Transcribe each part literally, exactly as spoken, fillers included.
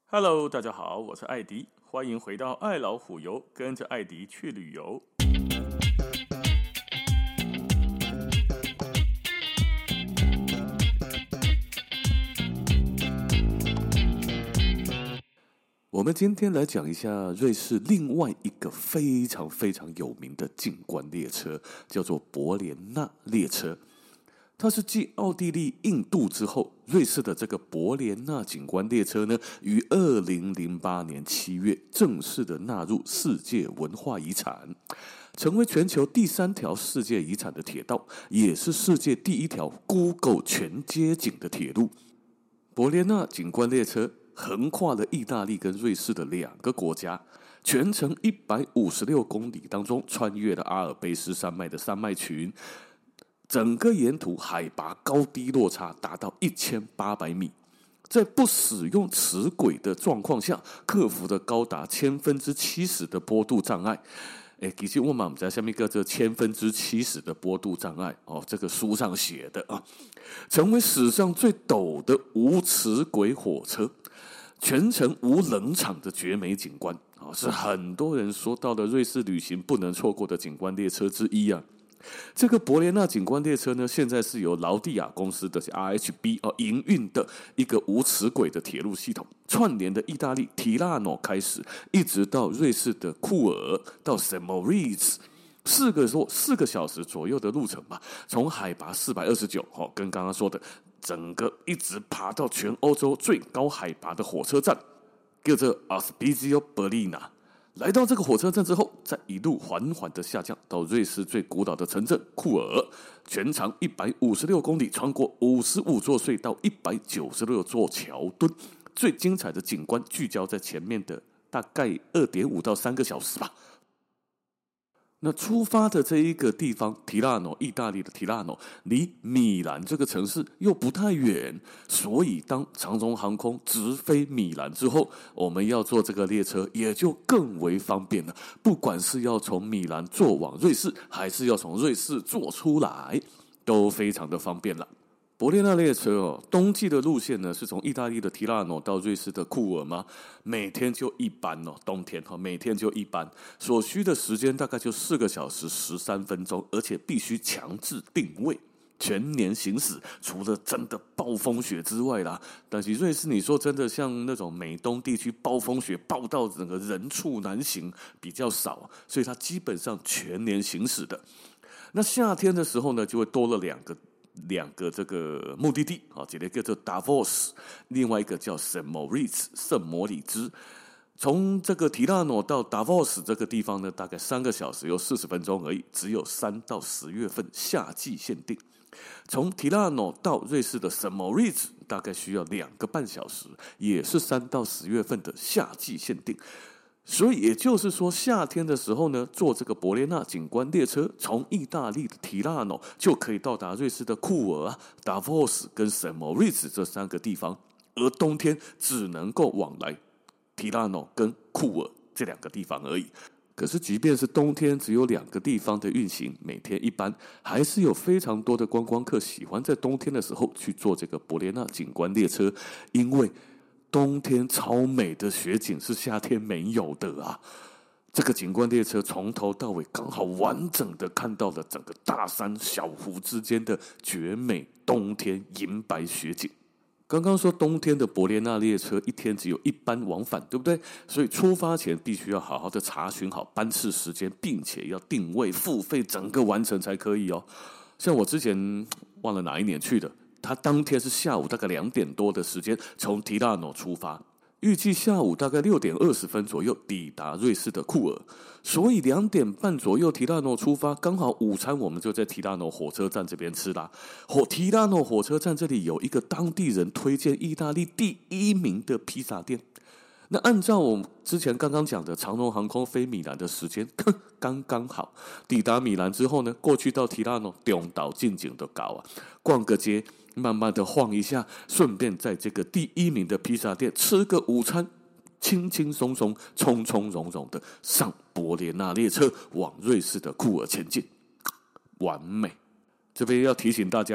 Hello， 大家好，我是艾迪，欢迎回到爱老虎游，跟着艾迪去旅游。我们今天来讲一下瑞士另外一个非常非常有名的景观列车，叫做伯莲纳列车。它是继奥地利、印度之后，瑞士的这个伯莲纳景观列车呢，于二零零八年七月正式的纳入世界文化遗产，成为全球第三条世界遗产的铁道，也是世界第一条 Google 全街景的铁路。伯莲纳景观列车横跨了意大利跟瑞士的两个国家，全程一百五十六公里当中，穿越了阿尔卑斯山脉的山脉群。整个沿途海拔高低落差达到一千八百米，在不使用齿轨的状况下，克服了高达千分之七十的坡度障碍。诶，其实我们不知道下面个这千分之七十的坡度障碍哦，这个书上写的啊，成为史上最陡的无齿轨火车，全程无冷场的绝美景观啊，是很多人说到的瑞士旅行不能错过的景观列车之一啊。这个伯莲纳景观列车呢，现在是由劳蒂亚公司的 R H B 哦营运的一个无齿轨的铁路系统，串联的意大利提拉诺开始，一直到瑞士的库尔到 Saint Moritz， 四个说四个小时左右的路程吧，从海拔四百二十九哦，跟刚刚说的整个一直爬到全欧洲最高海拔的火车站，叫做 Ospizio Berlina。来到这个火车站之后，再一路缓缓的下降到瑞士最古老的城镇库尔，全长一百五十六公里，穿过五十五座隧道，一百九十六座桥墩，最精彩的景观聚焦在前面的大概 二点五到三个小时吧。那出发的这一个地方提拉诺，意大利的提拉诺，离米兰这个城市又不太远，所以当长荣航空直飞米兰之后，我们要坐这个列车也就更为方便了。不管是要从米兰坐往瑞士，还是要从瑞士坐出来，都非常的方便了。伯莲纳列车哦，冬季的路线呢是从意大利的提拉诺到瑞士的库尔吗？每天就一班哦，冬天哈，每天就一班，所需的时间大概就四个小时十三分钟，而且必须强制定位，全年行驶。除了真的暴风雪之外啦，但是瑞士你说真的像那种美东地区暴风雪暴到整个人畜难行比较少，所以它基本上全年行驶的。那夏天的时候呢，就会多了两个。两个这个目的地啊，一个叫做 Davos， 另外一个叫 Saint Moritz 圣摩里兹。从这个提拉诺到 Davos 这个地方呢，大概三个小时有四十分钟而已，只有三到十月份夏季限定。从提拉诺到瑞士的 Saint Moritz 大概需要两个半小时，也是三到十月份的夏季限定。所以也就是说，夏天的时候呢，坐这个伯莲纳景观列车，从意大利的提拉诺就可以到达瑞士的库尔啊、达沃斯跟圣莫瑞兹这三个地方，而冬天只能够往来提拉诺跟库尔这两个地方而已。可是，即便是冬天只有两个地方的运行，每天一班，还是有非常多的观光客喜欢在冬天的时候去坐这个伯莲纳景观列车，因为冬天超美的雪景是夏天没有的啊！这个景观列车从头到尾刚好完整的看到了整个大山小湖之间的绝美冬天银白雪景。刚刚说冬天的伯莲纳列车一天只有一班往返，对不对？所以出发前必须要好好的查询好班次时间，并且要定位付费，整个完成才可以哦。像我之前忘了哪一年去的，他当天是下午大概两点多的时间从提拉诺出发，预计下午大概六点二十分左右抵达瑞士的库尔，所以两点半左右提拉诺出发，刚好午餐我们就在提拉诺火车站这边吃啦。火提拉诺火车站这里有一个当地人推荐意大利第一名的披萨店。那按照我之前刚刚讲的长荣航空飞米兰的时间，刚刚好。抵达米兰之后呢，过去到提拉诺，中岛近景的搞啊，逛个街，慢慢的晃一下，顺便在这个第一名的披萨店吃个午餐，轻轻松松、从从容容的上伯莲纳列车往瑞士的库尔前进，完美。这边要提醒大家喽。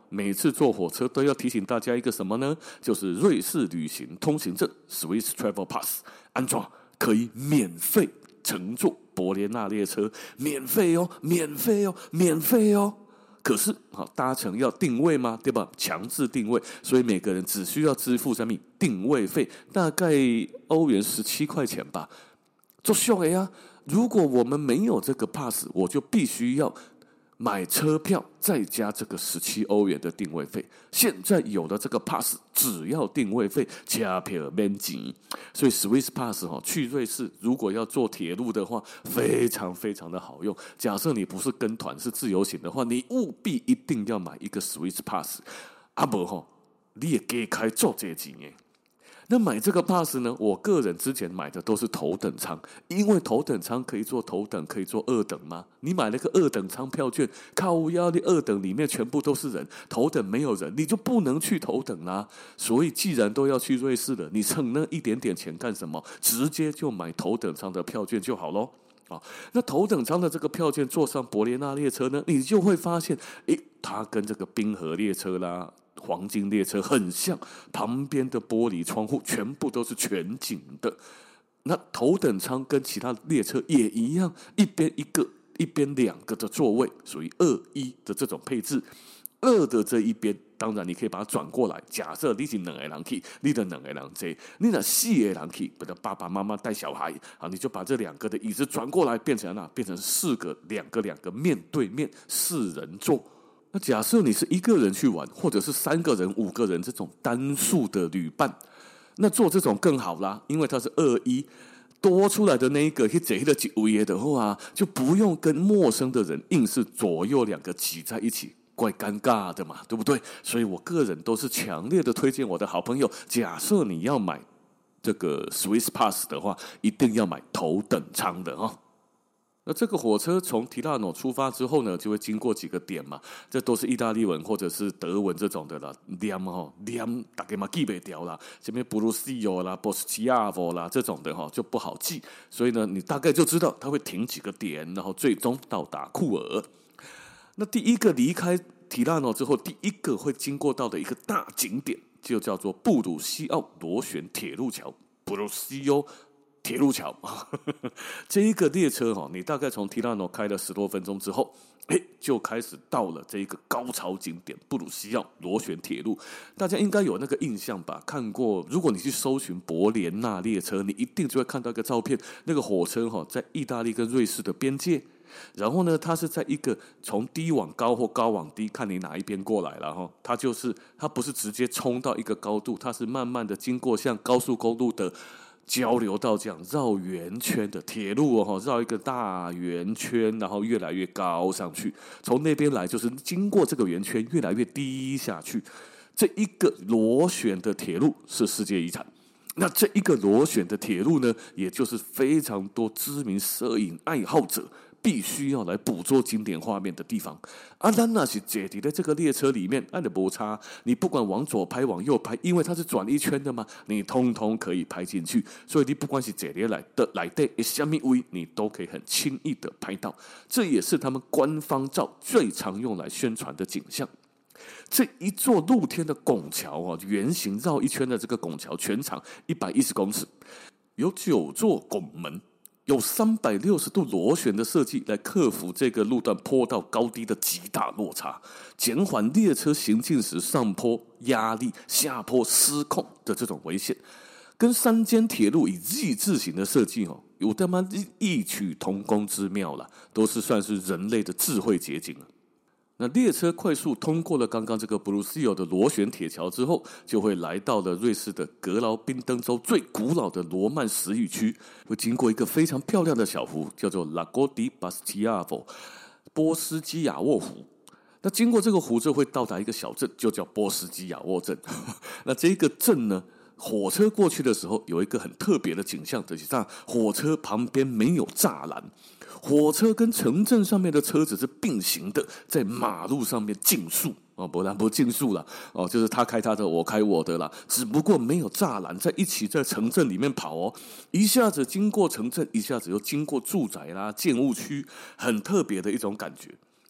每次坐火车都要提醒大家一个什么呢？就是瑞士旅行通行证 Swiss Travel Pass， 安装可以免费乘坐伯联纳列车，免费哦，免费哦，免费哦。可是好，搭乘要定位吗？对吧？强制定位，所以每个人只需要支付什么定位费，大概欧元十七块钱吧。做秀的呀！如果我们没有这个 pass， 我就必须要买车票，再加这个十七欧元的定位费。现在有了这个 pass， 只要定位费加票免钱。所以 Swiss Pass 哈，去瑞士如果要坐铁路的话，非常非常的好用。假设你不是跟团，是自由行的话，你务必一定要买一个 Swiss Pass。啊不哈，你也给开做这钱耶。那买这个 pass 呢？我个人之前买的都是头等舱，因为头等舱可以坐头等，可以坐二等嘛。你买了个二等舱票券，靠腰的二等里面全部都是人，头等没有人，你就不能去头等啦。所以既然都要去瑞士了，你省那一点点钱干什么？直接就买头等舱的票券就好咯。哦，那头等舱的这个票券坐上伯联纳列车呢，你就会发现，诶，它跟这个冰河列车啦、黄金列车很像，旁边的玻璃窗户全部都是全景的。那头等舱跟其他列车也一样，一边一个，一边两个的座位，属于二一的这种配置。二的这一边，当然你可以把它转过来。假设你是两个人去，你的两个人坐；你那四个人去，比如爸爸妈妈带小孩，啊，你就把这两个的椅子转过来，变成哪？变成四个，两个两个面对面，四人座。那假设你是一个人去玩，或者是三个人、五个人这种单数的旅伴，那做这种更好啦，因为它是二一。多出来的那一个去坐的几位的话，就不用跟陌生的人硬是左右两个挤在一起。怪尴尬的嘛，对不对？所以我个人都是强烈的推荐我的好朋友，假设你要买这个 Swiss Pass 的话，一定要买头等舱的哦。那这个火车从提拉诺出发之后呢，就会经过几个点嘛，这都是意大利文或者是德文这种的啦，念哈念大概嘛记不掉啦，这边布鲁西欧啦、波斯奇亚佛啦这种的哈就不好记，所以呢，你大概就知道它会停几个点，然后最终到达库尔。那第一个离开提拉诺之后，第一个会经过到的一个大景点，就叫做布鲁西奥螺旋铁路桥。布鲁西奥铁路桥，这一个列车哈，你大概从提拉诺开了十多分钟之后，哎，就开始到了这一个高潮景点布鲁西奥螺旋铁路。大家应该有那个印象吧？看过，如果你去搜寻伯联纳列车，你一定就会看到一个照片，那个火车哈，在意大利跟瑞士的边界。然后呢，它是在一个从低往高或高往低，看你哪一边过来了哈。它就是它不是直接冲到一个高度，它是慢慢的经过像高速公路的交流道这样绕圆圈的铁路哦，绕一个大圆圈，然后越来越高上去。从那边来就是经过这个圆圈越来越低下去。这一个螺旋的铁路是世界遗产。那这一个螺旋的铁路呢，也就是非常多知名摄影爱好者必须要来捕捉经典画面的地方。啊，咱那是坐在这个列车里面，按的摩擦，你不管往左拍往右拍，因为它是转一圈的嘛，你通通可以拍进去。所以你不管是坐在来的来的什么位，你都可以很轻易的拍到。这也是他们官方照最常用来宣传的景象。这一座露天的拱桥啊，圆形绕一圈的这个拱桥，全长一百一十公尺，有九座拱门，有三百六十度螺旋的设计，来克服这个路段坡道高低的极大落差，减缓列车行进时上坡压力、下坡失控的这种危险。跟山间铁路以 Z 字形的设计哦，有他妈异曲同工之妙啦，都是算是人类的智慧结晶。那列车快速通过了刚刚这个布鲁西奥的螺旋铁桥之后，就会来到了瑞士的格劳宾登州最古老的罗曼史语区，会经过一个非常漂亮的小湖，叫做 Lago di Bastiavo 波斯基亚沃湖。那经过这个湖之后，会到达一个小镇，就叫波斯基亚沃镇。那这个镇呢，火车过去的时候有一个很特别的景象，就是在火车旁边没有栅栏。火车跟城镇上面的车子是并行的，在马路上面竞速哦，不然不竞速啦哦，就是他开他的，我开我的啦。只不过没有栅栏，在一起在城镇里面跑哦，一下子经过城镇，一下子又经过住宅啦、建物区，很特别的一种感觉。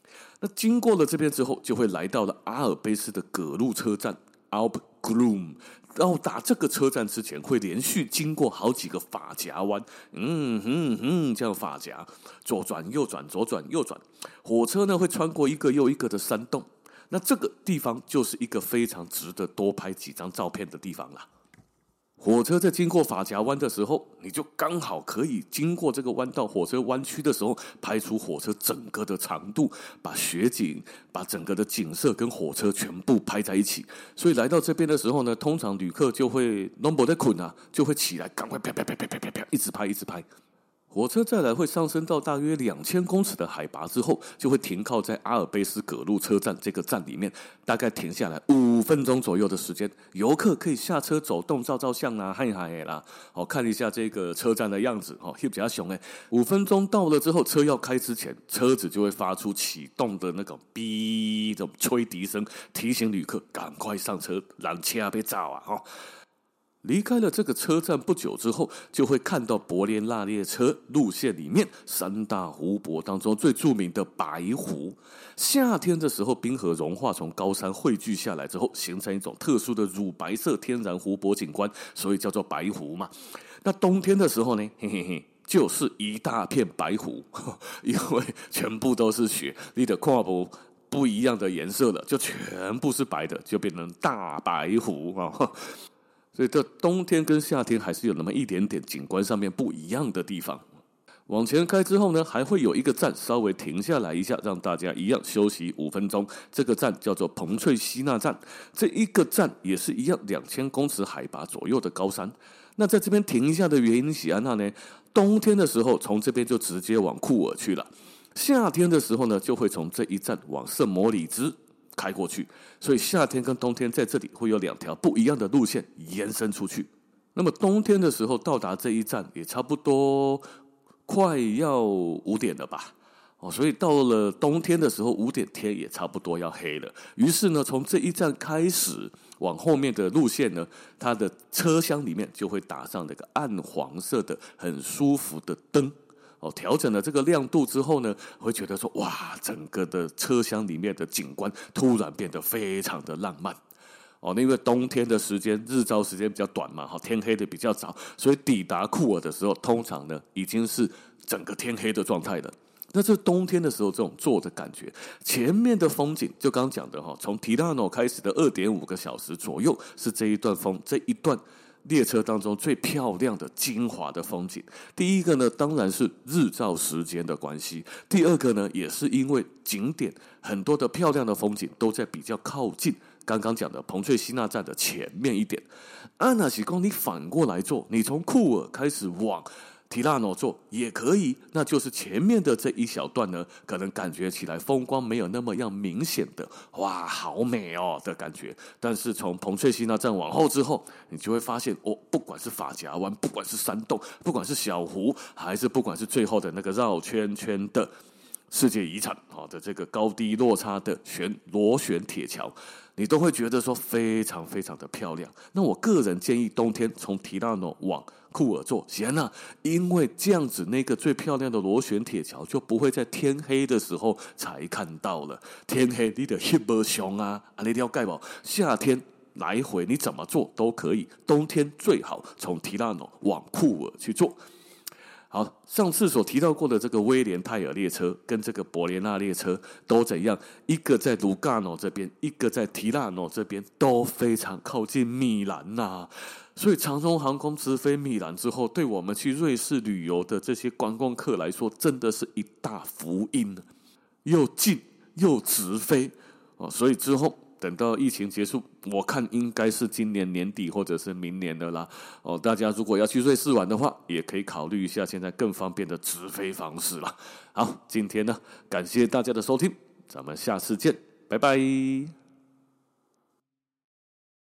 那经过了这边之后，就会来到了阿尔卑斯的葛路车站 Alp Glum。到达这个车站之前，会连续经过好几个发夹弯，嗯哼哼，这样发夹，左转右转，左转右转，火车呢会穿过一个又一个的山洞。那这个地方就是一个非常值得多拍几张照片的地方啦。火车在经过发夹湾的时候，你就刚好可以经过这个弯道，火车弯曲的时候，拍出火车整个的长度，把雪景、把整个的景色跟火车全部拍在一起。所以来到这边的时候呢，通常旅客就会 number 在困啊，就会起来，赶快啪啪啪啪啪啪啪，一直拍，一直拍。火车再来会上升到大约两千公尺的海拔之后，就会停靠在阿尔卑斯葛路车站这个站里面，大概停下来五分钟左右的时间，游客可以下车走动、照照相啦、嗨嗨啦，哦，看一下这个车站的样子，哦，比较熊哎。五分钟到了之后，车要开之前，车子就会发出启动的那种哔这种吹笛声，提醒旅客赶快上车，让车别走啊！哈。离开了这个车站不久之后，就会看到伯连纳列车路线里面三大湖泊当中最著名的白湖。夏天的时候，冰河融化从高山汇聚下来之后，形成一种特殊的乳白色天然湖泊景观，所以叫做白湖嘛。那冬天的时候呢，嘿嘿嘿，就是一大片白湖，因为全部都是雪，你的看不不一样的颜色了，就全部是白的，就变成大白湖啊。所以这冬天跟夏天还是有那么一点点景观上面不一样的地方。往前开之后呢，还会有一个站稍微停下来一下，让大家一样休息五分钟。这个站叫做彭翠西纳站，这一个站也是一样两千公尺海拔左右的高山。那在这边停一下的原因是安那呢？冬天的时候从这边就直接往库尔去了，夏天的时候呢就会从这一站往圣摩里兹开过去，所以夏天跟冬天在这里会有两条不一样的路线延伸出去。那么冬天的时候到达这一站也差不多快要五点了吧，哦，所以到了冬天的时候五点天也差不多要黑了。于是呢，从这一站开始往后面的路线呢，它的车厢里面就会打上那个暗黄色的很舒服的灯。哦，调整了这个亮度之后呢，会觉得说哇，整个的车厢里面的景观突然变得非常的浪漫。哦，因为冬天的时间日照时间比较短嘛，天黑的比较早，所以抵达库尔的时候，通常呢已经是整个天黑的状态了。那这冬天的时候，这种坐的感觉，前面的风景就刚讲的哈，从提拉诺开始的二点五个小时左右，是这一段风这一段列车当中最漂亮的精华的风景。第一个呢，当然是日照时间的关系；第二个呢，也是因为景点很多的漂亮的风景都在比较靠近刚刚讲的彭翠西纳站的前面一点。阿纳西公，你反过来做，你从库尔开始往提拉诺做也可以，那就是前面的这一小段呢，可能感觉起来风光没有那么样明显的哇，好美哦的感觉。但是从彭翠西纳站往后之后，你就会发现哦，不管是发夹湾，不管是山洞，不管是小湖，还是不管是最后的那个绕圈圈的世界遗产好的这个高低落差的旋螺旋铁桥，你都会觉得说非常非常的漂亮。那我个人建议冬天从提拉诺往库尔坐，显然因为这样子那个最漂亮的螺旋铁桥就不会在天黑的时候才看到了。天黑你的翕不熊啊，你了解不？夏天来回你怎么坐都可以，冬天最好从提拉诺往库尔去坐。好，上次所提到过的这个威廉泰尔列车跟这个伯连纳列车都怎样？一个在卢加诺这边，一个在提拉诺这边，都非常靠近米兰呐、啊。所以长荣航空直飞米兰之后，对我们去瑞士旅游的这些观光客来说，真的是一大福音，又近又直飞哦。所以之后等到疫情结束，我看应该是今年年底或者是明年的啦。哦，大家如果要去瑞士玩的话，也可以考虑一下现在更方便的直飞方式啦。好，今天呢，感谢大家的收听，咱们下次见，拜拜。